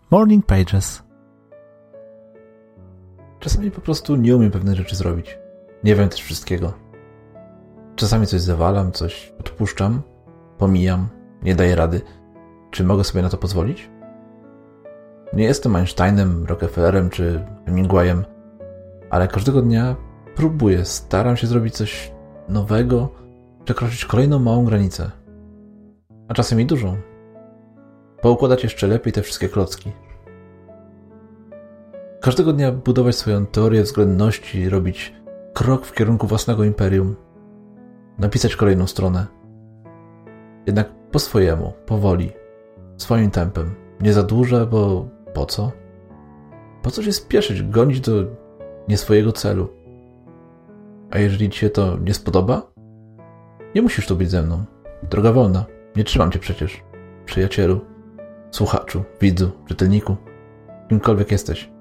Morning Pages. Czasami po prostu nie umiem pewnych rzeczy zrobić. Nie wiem też wszystkiego. Czasami coś zawalam, coś odpuszczam, pomijam, nie daję rady. Czy mogę sobie na to pozwolić? Nie jestem Einsteinem, Rockefellerem czy Hemingwayem, ale każdego dnia próbuję, staram się zrobić coś nowego, przekroczyć kolejną małą granicę. A czasem i dużą. Poukładać jeszcze lepiej te wszystkie klocki. Każdego dnia budować swoją teorię względności, robić krok w kierunku własnego imperium. Napisać kolejną stronę. Jednak po swojemu, powoli, swoim tempem. Nie za dłużej, bo po co? Po co się spieszyć, gonić do nie swojego celu? A jeżeli ci się to nie spodoba? Nie musisz tu być ze mną. Droga wolna. Nie trzymam cię przecież. Przyjacielu, słuchaczu, widzu, czytelniku, kimkolwiek jesteś.